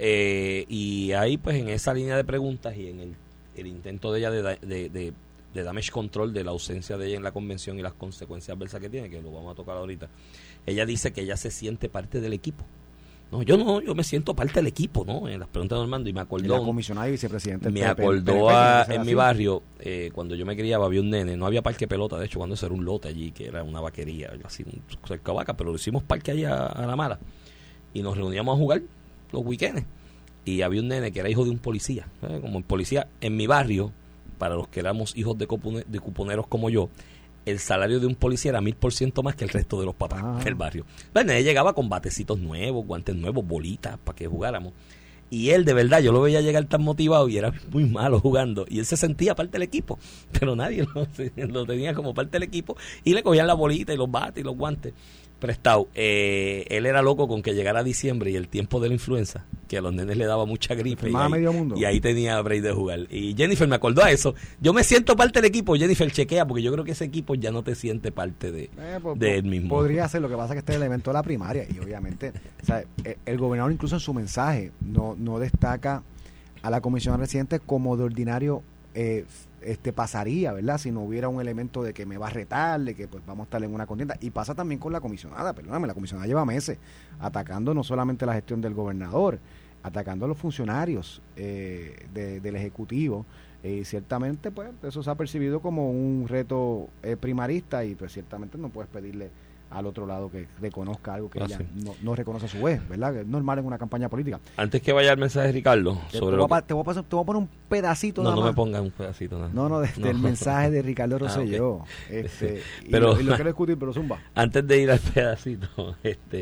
Y ahí, pues, en esa línea de preguntas y en el intento de ella de damage control, de la ausencia de ella en la convención y las consecuencias adversas que tiene, que lo vamos a tocar ahorita, ella dice que ella se siente parte del equipo. No, yo me siento parte del equipo, ¿no? En las preguntas de Normando, y me acordó. La comisionada y vicepresidente. Me acordó en mi barrio, cuando yo me criaba, había un nene, no había parque pelota, de hecho, cuando eso era un lote allí, que era una vaquería, así, cerca de Vaca, pero lo hicimos parque allá a la mala. Y nos reuníamos a jugar los weekends. Y había un nene que era hijo de un policía. Como el policía en mi barrio, para los que éramos hijos de cuponeros como yo, el salario de un policía era 1000% más que el resto de los papás del barrio. El nene llegaba con batecitos nuevos, guantes nuevos, bolitas para que jugáramos. Y él, de verdad, yo lo veía llegar tan motivado y era muy malo jugando. Y él se sentía parte del equipo, pero nadie lo tenía como parte del equipo. Y le cogían la bolita y los bates y los guantes prestado. Él era loco con que llegara diciembre y el tiempo de la influenza, que a los nenes le daba mucha gripe, y ahí tenía break de jugar. Y Jennifer me acordó a eso. Yo me siento parte del equipo. Jennifer, chequea, porque yo creo que ese equipo ya no te siente parte de él mismo. Podría ser. Lo que pasa es que este es el elemento de la primaria, y obviamente, o sea, el gobernador incluso en su mensaje no destaca a la comisión residente como de ordinario pasaría, ¿verdad? Si no hubiera un elemento de que me va a retar, de que pues vamos a estar en una contienda. Y pasa también con la comisionada, perdóname, la comisionada lleva meses atacando no solamente la gestión del gobernador, atacando a los funcionarios del Ejecutivo. Ciertamente, pues, eso se ha percibido como un reto primarista, y pues ciertamente no puedes pedirle al otro lado que reconozca algo que ella no reconoce a su vez, ¿verdad? Que es normal en una campaña política. Antes que vaya el mensaje de Ricardo, te voy a poner un pedacito. No me pongas un pedacito. Del mensaje de Ricardo Rosselló. Okay. Pero, y lo quiero discutir, pero zumba. Antes de ir al pedacito,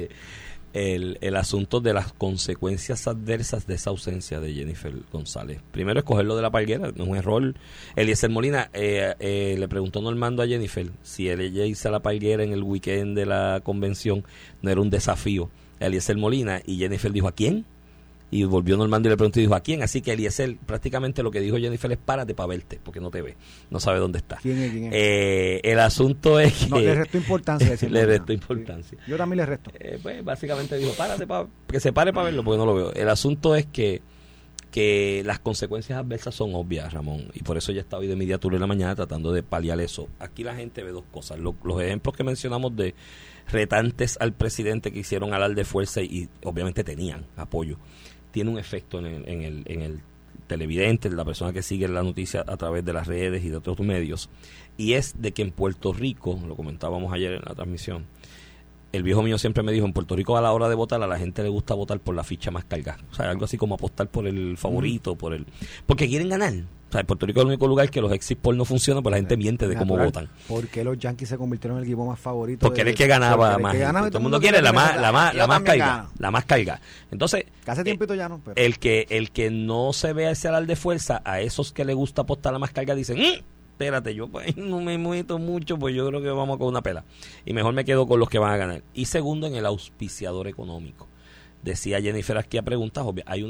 el asunto de las consecuencias adversas de esa ausencia de Jennifer González. Primero, escogerlo de la palguera, no es un error. Eliezer Molina le preguntó Normando a Jennifer si ella hizo la palguera en el weekend de la convención, no era un desafío. Eliezer Molina, y Jennifer dijo, ¿a quién? Y volvió Normando y le preguntó y dijo, ¿a quién? Así que Eliezer, prácticamente lo que dijo Jennifer es, párate para verte, porque no te ve, no sabe dónde está. ¿Quién es? El asunto es que... No, le restó importancia. Le restó importancia. Sí. Yo también le resto. Pues básicamente dijo, párate que se pare para verlo, porque no lo veo. El asunto es que que las consecuencias adversas son obvias, Ramón, y por eso ya está hoy de Media Tour en la mañana tratando de paliar eso. Aquí la gente ve dos cosas. Los ejemplos que mencionamos de retantes al presidente que hicieron alarde de fuerza y obviamente tenían apoyo, tiene un efecto en el televidente, la persona que sigue la noticia a través de las redes y de otros medios, y es de que en Puerto Rico, lo comentábamos ayer en la transmisión, el viejo mío siempre me dijo, en Puerto Rico a la hora de votar a la gente le gusta votar por la ficha más cargada, o sea, algo así como apostar por el favorito, porque quieren ganar. O sea, en Puerto Rico es el único lugar que los exit poll no funcionan, pues la gente miente de cómo votan. ¿Por qué los Yankees se convirtieron en el equipo más favorito? Porque él es que ganaba más. Todo el mundo quiere la más carga. Entonces, hace tiempito ya no. Pero. El que no se vea ese alarde de fuerza, a esos que le gusta apostar la más carga dicen, espérate, yo pues no me meto mucho, pues yo creo que vamos con una pela. Y mejor me quedo con los que van a ganar. Y segundo, en el auspiciador económico. Decía Jennifer aquí a preguntas obvias, hay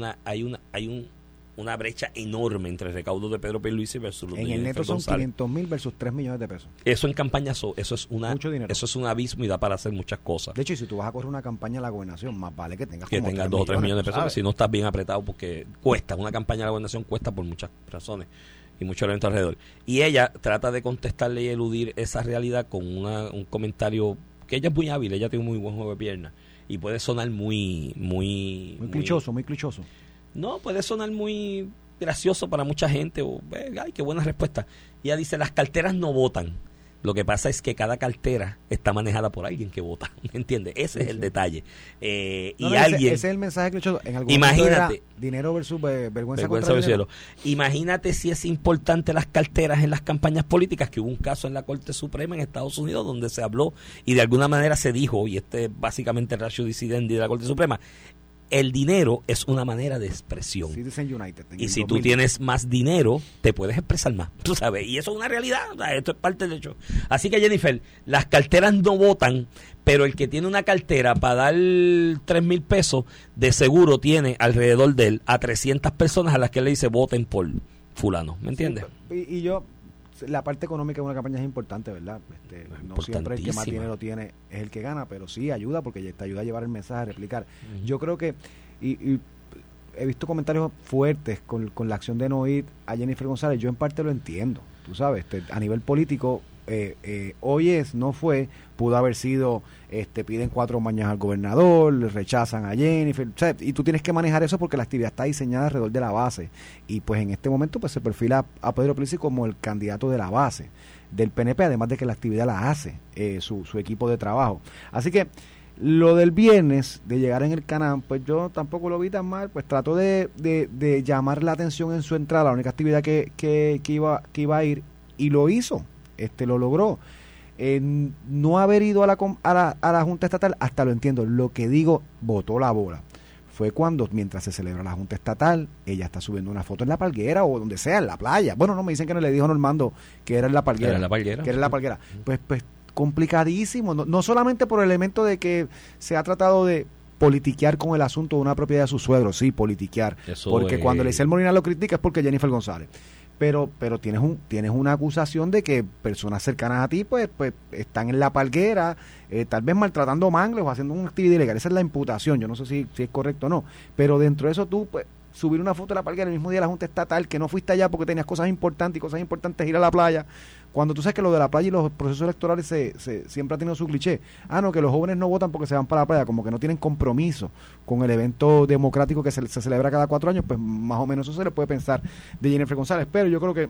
una brecha enorme entre el recaudo de Pedro Pierluisi versus los de Jennifer Jennifer son González. 500,000 versus 3 millones de pesos. Eso en campaña, eso es mucho dinero. Eso es un abismo y da para hacer muchas cosas. De hecho, y si tú vas a correr una campaña a la gobernación, más vale que tengas 2 o 3 millones de pesos, si no estás bien apretado, porque cuesta, una campaña a la gobernación cuesta por muchas razones y mucho evento alrededor. Y ella trata de contestarle y eludir esa realidad con un comentario que ella es muy hábil, ella tiene un muy buen juego de piernas y puede sonar muy clichoso. No, puede sonar muy gracioso para mucha gente, ay, qué buena respuesta. Y ella dice, las carteras no votan. Lo que pasa es que cada cartera está manejada por alguien que vota, ¿me entiendes? Ese es el detalle. Ese es el mensaje clichoso. En algún imagínate, dinero versus vergüenza contra el cielo. Imagínate si es importante las carteras en las campañas políticas, que hubo un caso en la Corte Suprema en Estados Unidos donde se habló y de alguna manera se dijo, y este es básicamente el ratio dissidendi de la Corte Suprema, el dinero es una manera de expresión. Y si tú tienes más dinero, te puedes expresar más, tú sabes, y eso es una realidad, o sea, esto es parte del hecho. Así que, Jennifer, las carteras no votan, pero el que tiene una cartera para dar 3,000 pesos, de seguro tiene alrededor de él a 300 personas a las que le dice voten por fulano, ¿me entiendes? Sí, y yo, la parte económica de una campaña es importante, ¿verdad? No siempre el que más dinero tiene es el que gana, pero sí ayuda porque te ayuda a llevar el mensaje, a replicar. Yo creo que, y he visto comentarios fuertes con la acción de no ir a Jennifer González, yo en parte lo entiendo, tú sabes, a nivel político, no fue, pudo haber sido, piden 4 mañas al gobernador, le rechazan a Jennifer, o sea, y tú tienes que manejar eso porque la actividad está diseñada alrededor de la base, y pues en este momento pues se perfila a Pedro Pierluisi como el candidato de la base del PNP, además de que la actividad la hace su equipo de trabajo. Así que lo del viernes, de llegar en el Canam, pues yo tampoco lo vi tan mal, pues trató de llamar la atención en su entrada, la única actividad que iba a ir, y lo hizo. Lo logró. No haber ido a la Junta Estatal, hasta lo entiendo. Lo que digo, botó la bola. Fue cuando, mientras se celebra la Junta Estatal, ella está subiendo una foto en la Palguera o donde sea, en la playa. Bueno, no, me dicen que no le dijo Normando que era en la Palguera. Que era en la Palguera. Pues complicadísimo. No solamente por el elemento de que se ha tratado de politiquear con el asunto de una propiedad de su suegro. Sí, politiquear. Porque cuando Leisel Molina lo critica es porque Jennifer González. Pero tienes una acusación de que personas cercanas a ti pues están en la Palguera, tal vez maltratando mangles o haciendo una actividad ilegal. Esa es la imputación, yo no sé si es correcto o no, pero dentro de eso tú pues subir una foto de la Palguera el mismo día de la Junta Estatal, que no fuiste allá porque tenías cosas importantes ir a la playa, cuando tú sabes que lo de la playa y los procesos electorales siempre ha tenido su cliché. No, que los jóvenes no votan porque se van para la playa, como que no tienen compromiso con el evento democrático que se celebra cada 4 años, pues más o menos eso se le puede pensar de Jennifer González. Pero yo creo que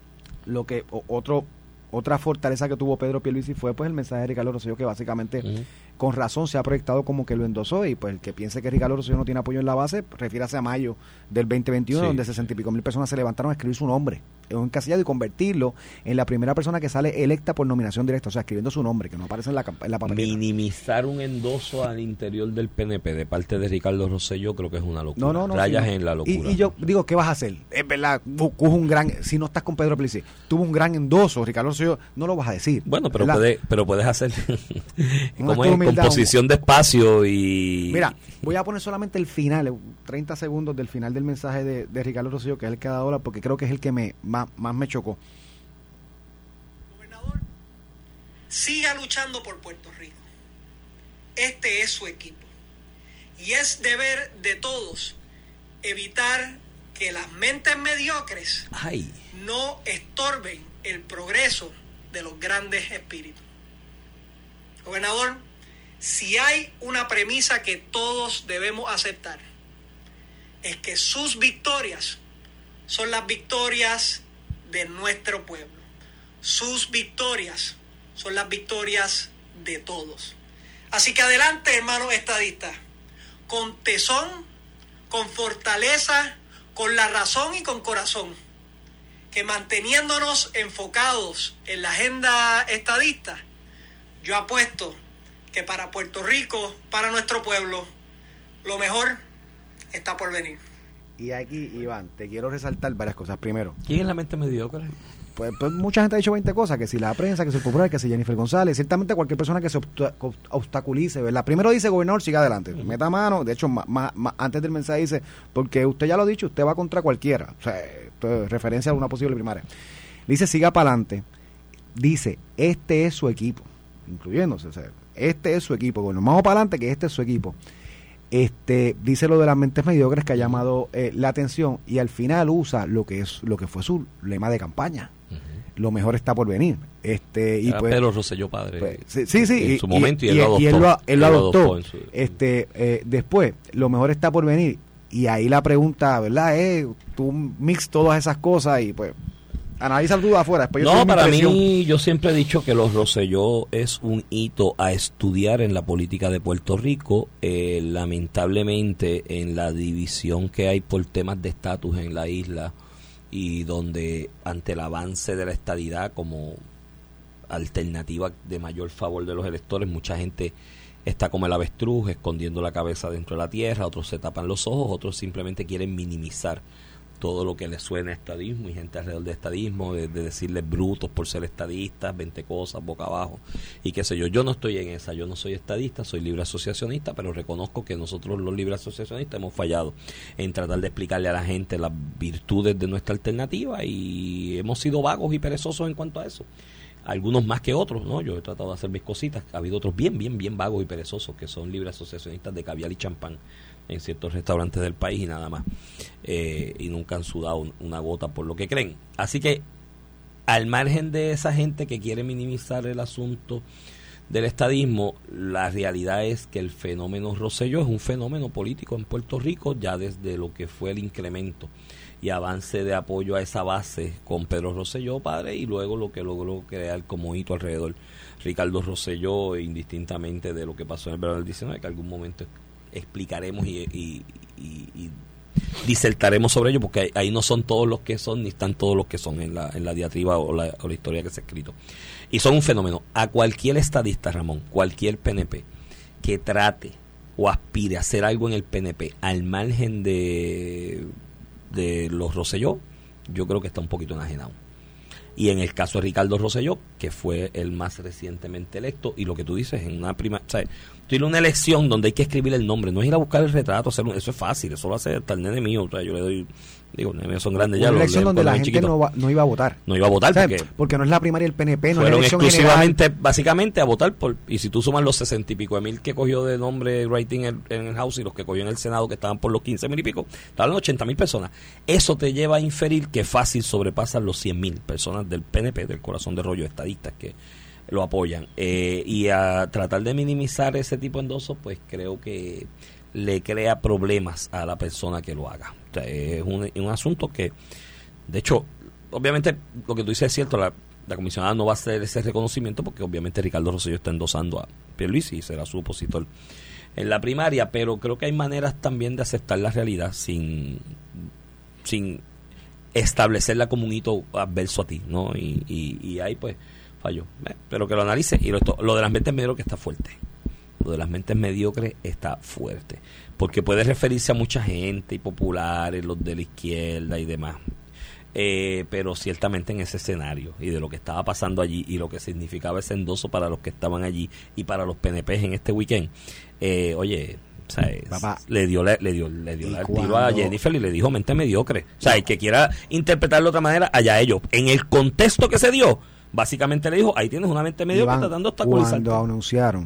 otra fortaleza que tuvo Pedro Pierluisi fue pues el mensaje de Ricardo Rosselló, que básicamente con razón se ha proyectado como que lo endosó, y pues el que piense que Ricardo Rosselló no tiene apoyo en la base, refiérase a mayo del 2021, donde 60 y pico mil personas se levantaron a escribir su nombre en un encasillado y convertirlo en la primera persona que sale electa por nominación directa, o sea, escribiendo su nombre, que no aparece en la papeleta. Minimizar un endoso al interior del PNP de parte de Ricardo Rosselló creo que es una locura. No, Rayas en la locura. Y yo digo, ¿qué vas a hacer? Es verdad, si no estás con Pedro Pierluisi, tuvo un gran endoso, Ricardo Rosselló, no lo vas a decir. Bueno, pero puedes hacer como es, composición de espacio y... Mira, voy a poner solamente el final, 30 segundos del final del mensaje de Ricardo Rosselló, que es el que ha dado porque creo que es el que más me chocó. Gobernador, siga luchando por Puerto Rico. Es su equipo. Y es deber de todos evitar que las mentes mediocres Ay. no estorben el progreso de los grandes espíritus. Gobernador, si hay una premisa que todos debemos aceptar, es que sus victorias son las victorias de nuestro pueblo. Sus victorias son las victorias de todos. Así que adelante, hermanos estadistas, con tesón, con fortaleza, con la razón y con corazón, que manteniéndonos enfocados en la agenda estadista, yo apuesto que para Puerto Rico, para nuestro pueblo, lo mejor está por venir. Y aquí, Iván, te quiero resaltar varias cosas. Primero, ¿Quién es la mente mediocre? pues mucha gente ha dicho 20 cosas, que si la prensa, que si el popular, que si Jennifer González, ciertamente cualquier persona que se obstaculice, ¿verdad? Primero dice, gobernador, siga adelante, meta mano, de hecho, antes del mensaje dice, porque usted ya lo ha dicho, usted va contra cualquiera, o sea, esto es referencia a una posible primaria. Dice, siga para adelante, dice, este es su equipo, incluyéndose, o sea, este es su equipo, bueno, vamos para adelante que este es su equipo. Dice lo de las mentes mediocres que ha llamado la atención, y al final usa lo que fue su lema de campaña. Lo mejor está por venir. Y pues, Pedro Rosselló padre. Pues, sí, en su momento, y él lo adoptó. Después, lo mejor está por venir. Y ahí la pregunta, ¿verdad? Tú mix todas esas cosas y pues analiza tú de afuera. Después no, para mí, yo siempre he dicho que los Rosselló es un hito a estudiar en la política de Puerto Rico. Lamentablemente, en la división que hay por temas de estatus en la isla, y donde ante el avance de la estadidad como alternativa de mayor favor de los electores, mucha gente está como el avestruz, escondiendo la cabeza dentro de la tierra, otros se tapan los ojos, otros simplemente quieren minimizar todo lo que les suena a estadismo, y gente alrededor de estadismo, de decirles brutos por ser estadistas, 20 cosas, boca abajo, y qué sé yo. Yo no estoy en esa, yo no soy estadista, soy libre asociacionista, pero reconozco que nosotros los libres asociacionistas hemos fallado en tratar de explicarle a la gente las virtudes de nuestra alternativa, y hemos sido vagos y perezosos en cuanto a eso. Algunos más que otros, ¿no? Yo he tratado de hacer mis cositas, ha habido otros bien vagos y perezosos que son libres asociacionistas de caviar y champán en ciertos restaurantes del país y nada más, y nunca han sudado una gota por lo que creen. Así que, al margen de esa gente que quiere minimizar el asunto del estadismo, la realidad es que el fenómeno Rosselló es un fenómeno político en Puerto Rico ya desde lo que fue el incremento y avance de apoyo a esa base con Pedro Rosselló padre, y luego lo que logró crear como hito alrededor Ricardo Rosselló, indistintamente de lo que pasó en el verano del 19, que algún momento explicaremos y disertaremos sobre ello, porque ahí no son todos los que son, ni están todos los que son en la diatriba o la historia que se ha escrito. Y son un fenómeno. A cualquier estadista, Ramón, cualquier PNP que trate o aspire a hacer algo en el PNP al margen de los Rosselló, yo creo que está un poquito enajenado. Y en el caso de Ricardo Rosselló, que fue el más recientemente electo, y lo que tú dices, en una o sea, tú ir a una elección donde hay que escribir el nombre, no es ir a buscar el retrato, eso es fácil, eso lo hace hasta el nene mío, o sea, yo le doy, digo, los nenes son grandes ya. Una elección donde la gente no iba a votar. No iba a votar, o sea, porque no es la primaria del PNP, no es fueron elección exclusivamente, general. básicamente, a votar por, y si tú sumas los 60 y pico de mil que cogió de nombre rating en el House y los que cogió en el Senado, que estaban por los 15,000 y pico, estaban 80,000 personas. Eso te lleva a inferir que fácil sobrepasan los 100,000 personas del PNP, del corazón de rollo, estadistas que lo apoyan, y a tratar de minimizar ese tipo de endosos, pues creo que le crea problemas a la persona que lo haga. O sea, es un asunto que, de hecho, obviamente lo que tú dices es cierto, la comisionada no va a hacer ese reconocimiento porque obviamente Ricardo Rosselló está endosando a Pierluisi y será su opositor en la primaria, pero creo que hay maneras también de aceptar la realidad sin establecerla como un hito adverso a ti, ¿no? Y ahí pues falló. Pero que lo analice. Y lo de las mentes mediocres está fuerte. Lo de las mentes mediocres está fuerte. Porque puede referirse a mucha gente y populares, los de la izquierda y demás. Pero ciertamente en ese escenario y de lo que estaba pasando allí y lo que significaba ese endoso para los que estaban allí y para los PNP en este weekend, oye, o sea, papá, le dio el tiro a Jennifer y le dijo mente mediocre. O sea, el que quiera interpretarlo de otra manera, allá ellos. En el contexto que se dio, básicamente le dijo, ahí tienes una mente mediocre tratando de obstaculizar. Cuando anunciaron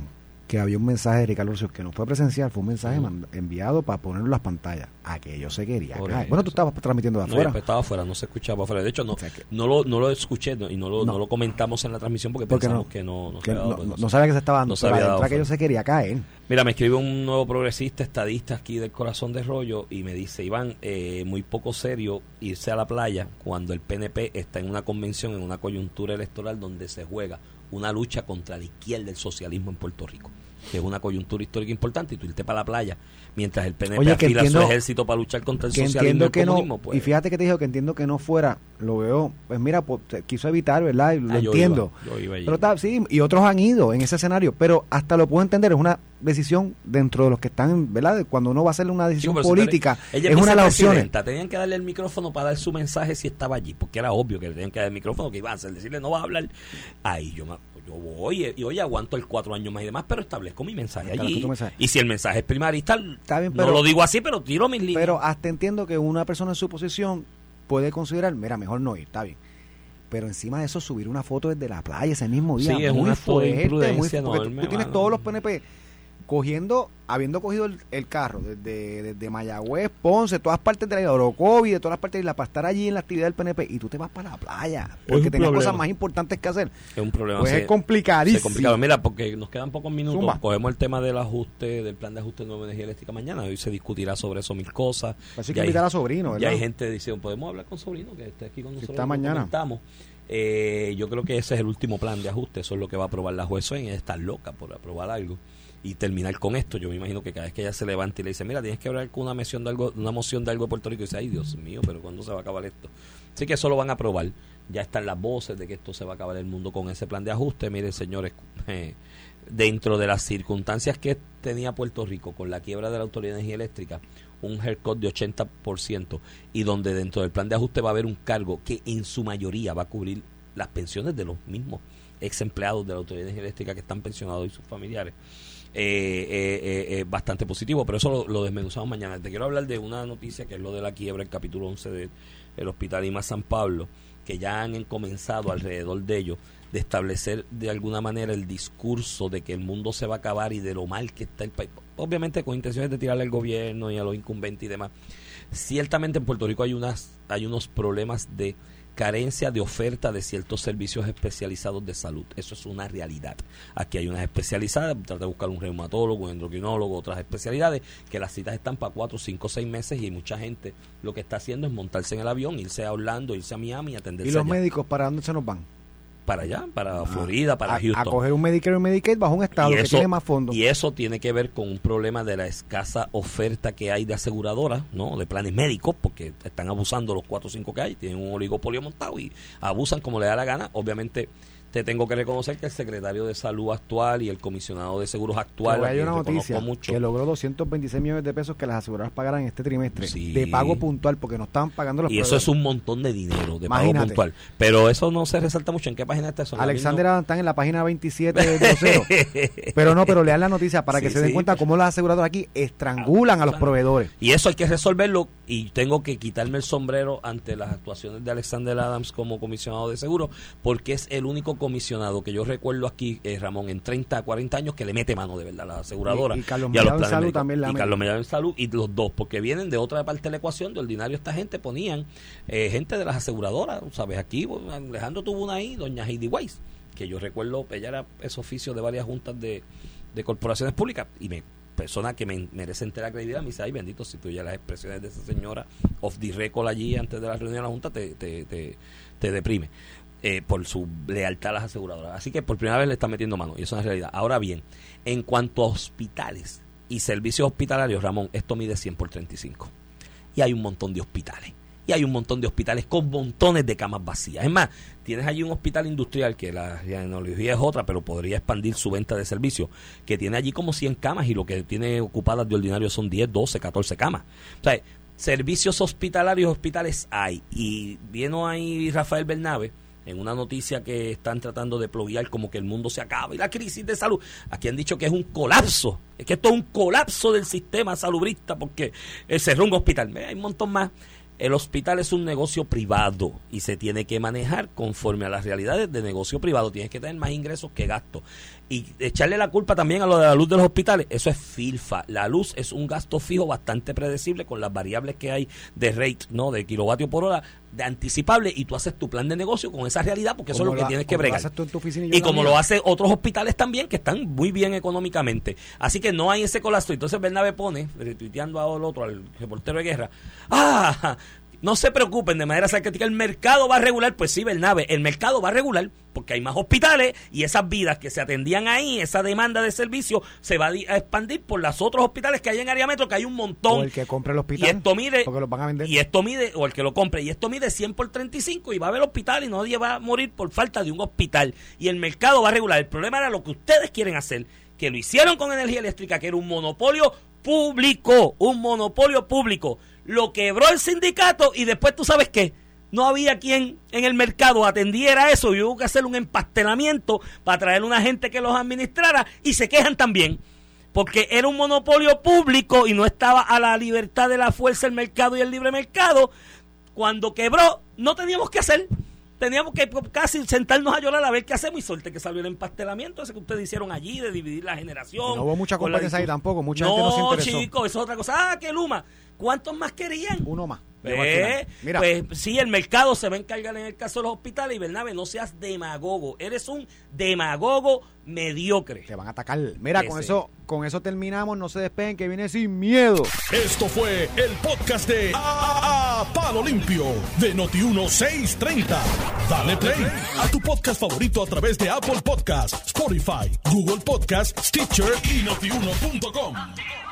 que había un mensaje de Ricardo Rosselló que no fue presencial, fue un mensaje enviado para ponerlo en las pantallas. Aquello se quería caer. Bueno, tú estabas transmitiendo de afuera. No, estaba afuera, no se escuchaba afuera. De hecho, no, o sea que, no lo escuché y no lo comentamos en la transmisión porque pensamos que no sabía que se estaba dando. No sabía dado. Aquello se quería caer. Mira, me escribe un nuevo progresista, estadista aquí del Corazón de Rollo y me dice, Iván, muy poco serio irse a la playa cuando el PNP está en una convención, en una coyuntura electoral donde se juega una lucha contra la izquierda del socialismo en Puerto Rico, que es una coyuntura histórica importante, y tú irte para la playa mientras el PNP afila su ejército para luchar contra el socialismo y el comunismo. No, pues. Y fíjate que te dijo que entiendo que no fuera, lo veo, pues mira, pues, quiso evitar, ¿verdad? Lo entiendo. Yo iba allí. Pero sí, y otros han ido en ese escenario, pero hasta lo puedo entender, es una decisión dentro de los que están, ¿verdad? Cuando uno va a hacer una decisión política, es una de las opciones. Tenían que darle el micrófono para dar su mensaje si estaba allí, porque era obvio que le tenían que dar el micrófono, que iban a hacer, decirle no va a hablar. Ahí yo voy y oye, aguanto el 4 años más y demás, pero establezco mi mensaje allí. Y si el mensaje es primarista, está bien, pero, no lo digo así, pero tiro mis líneas. Pero hasta entiendo que una persona en su posición puede considerar, mira, mejor no ir, está bien. Pero encima de eso, subir una foto desde la playa ese mismo día, sí, es muy fuerte, muy enorme, tú tienes todos los PNP habiendo cogido el carro desde Mayagüez, Ponce, todas partes de la Orocovi, de todas las partes de la para estar allí en la actividad del PNP, y tú te vas para la playa porque tenías cosas más importantes que hacer. Es un problema. Pues es complicadísimo. Mira, porque nos quedan pocos minutos. Cogemos el tema del plan de ajuste de nueva energía eléctrica mañana. Hoy se discutirá sobre eso 1000 cosas. Así que invitar a Sobrino, ¿verdad? Ya hay gente que dice, podemos hablar con Sobrino, que esté aquí con nosotros. Está mañana. Yo creo que ese es el último plan de ajuste. Eso es lo que va a aprobar la juez hoy. Ella está loca por aprobar algo y terminar con esto. Yo me imagino que cada vez que ella se levante y le dice, mira, tienes que hablar con una moción de algo de Puerto Rico, y dice, ay Dios mío, pero ¿cuándo se va a acabar esto? Así que eso lo van a aprobar. Ya están las voces de que esto se va a acabar el mundo con ese plan de ajuste. Miren, señores, dentro de las circunstancias que tenía Puerto Rico con la quiebra de la Autoridad de Energía Eléctrica, un haircut de 80%, y donde dentro del plan de ajuste va a haber un cargo que en su mayoría va a cubrir las pensiones de los mismos ex empleados de la Autoridad de Energía Eléctrica que están pensionados y sus familiares. Bastante positivo, pero eso lo desmenuzamos mañana. Te quiero hablar de una noticia que es lo de la quiebra, el capítulo 11 del Hospital IMA San Pablo, que ya han comenzado alrededor de ello de establecer de alguna manera el discurso de que el mundo se va a acabar y de lo mal que está el país, obviamente con intenciones de tirarle al gobierno y a los incumbentes y demás. Ciertamente en Puerto Rico hay unos problemas de carencia de oferta de ciertos servicios especializados de salud. Eso es una realidad. Aquí hay unas especializadas, trata de buscar un reumatólogo, un endocrinólogo, otras especialidades, que las citas están para 4, 5, 6 meses, y hay mucha gente lo que está haciendo es montarse en el avión, irse a Orlando, irse a Miami, atenderse. ¿Y los allá. Médicos para dónde se nos van? Para allá, para Florida, para Houston. A coger un Medicare y Medicaid bajo un estado que tiene más fondos. Y eso tiene que ver con un problema de la escasa oferta que hay de aseguradoras, ¿no? De planes médicos, porque están abusando los 4 o 5 que hay, tienen un oligopolio montado y abusan como le da la gana. Obviamente te tengo que reconocer que el secretario de Salud actual y el comisionado de seguros actual, hay una noticia que logró 226 millones de pesos que las aseguradoras pagaran este trimestre, sí, de pago puntual, porque no estaban pagando los proveedores. Eso es un montón de dinero de pago puntual, pero eso no se resalta mucho. ¿En qué página está eso? Alexander están en la página 27 de Vocero. pero lean la noticia para que se den cuenta cómo las aseguradoras aquí estrangulan a los proveedores. Y eso hay que resolverlo, y tengo que quitarme el sombrero ante las actuaciones de Alexander Adams como comisionado de seguros, porque es el único comisionado que yo recuerdo aquí, Ramón, en 30, 40 años que le mete mano de verdad a la aseguradora y Carlos y a los planes Salud también y Carlos Mellado en Salud, y los dos, porque vienen de otra parte de la ecuación. De ordinario esta gente ponían gente de las aseguradoras, ¿sabes? Aquí Alejandro tuvo una ahí, doña Heidi Weiss, que yo recuerdo, ella era oficio de varias juntas de corporaciones públicas, y persona que me merece entera credibilidad, me dice, ay bendito, si tú ya las expresiones de esa señora off the record allí antes de la reunión de la junta te deprime. Por su lealtad a las aseguradoras. Así que por primera vez le están metiendo mano, y eso es la realidad. Ahora bien, en cuanto a hospitales y servicios hospitalarios, Ramón, esto mide 100 por 35. Y hay un montón de hospitales. Y hay un montón de hospitales con montones de camas vacías. Es más, tienes allí un hospital industrial, que la genealogía es otra, pero podría expandir su venta de servicios, que tiene allí como 100 camas y lo que tiene ocupadas de ordinario son 10, 12, 14 camas. O sea, servicios hospitalarios, hospitales hay. Y vino ahí Rafael Bernabe en una noticia que están tratando de ploguear como que el mundo se acaba y la crisis de salud. Aquí han dicho que es un colapso, es que esto es un colapso del sistema salubrista porque cerró un hospital. Hay un montón más. El hospital es un negocio privado y se tiene que manejar conforme a las realidades de negocio privado. Tienes que tener más ingresos que gastos. Y echarle la culpa también a lo de la luz de los hospitales, eso es filfa. La luz es un gasto fijo bastante predecible con las variables que hay de rate, ¿no? De kilovatio por hora, de anticipable, y tú haces tu plan de negocio con esa realidad, porque eso es lo que tienes que bregar. Y como lo hacen otros hospitales también, que están muy bien económicamente. Así que no hay ese colapso. Entonces Bernabe pone, retuiteando al otro, al reportero de guerra, no se preocupen, de manera sarcástica, el mercado va a regular. Pues sí, Bernabe, el mercado va a regular porque hay más hospitales y esas vidas que se atendían ahí, esa demanda de servicio se va a expandir por los otros hospitales que hay en área metro, que hay un montón. O el que compre el hospital, y esto mide, porque los van a vender. Y esto mide, o el que lo compre, y esto mide 100 por 35 y va a haber hospital y nadie va a morir por falta de un hospital. Y el mercado va a regular. El problema era lo que ustedes quieren hacer, que lo hicieron con energía eléctrica, que era un monopolio público, Lo quebró el sindicato y después, ¿tú sabes qué? No había quien en el mercado atendiera eso y hubo que hacer un empastelamiento para traer una gente que los administrara, y se quejan también porque era un monopolio público y no estaba a la libertad de la fuerza el mercado y el libre mercado. Cuando quebró, no teníamos que hacer. Teníamos que casi sentarnos a llorar a ver qué hacemos, y suerte que salió el empastelamiento ese que ustedes hicieron allí de dividir la generación. No hubo mucha competencia ahí tampoco, mucha gente no se interesó. No, chicos, eso es otra cosa. Que Luma, ¿cuántos más querían? Uno más. Mira. Pues sí, el mercado se va a encargar en el caso de los hospitales. Y Bernabe, no seas demagogo, eres un demagogo mediocre. Te van a atacar. Mira, con eso terminamos. No se despeguen, que viene Sin Miedo. Esto fue el podcast de Palo Limpio de Noti1 630. Dale play a tu podcast favorito a través de Apple Podcasts, Spotify, Google Podcasts, Stitcher y Noti1.com.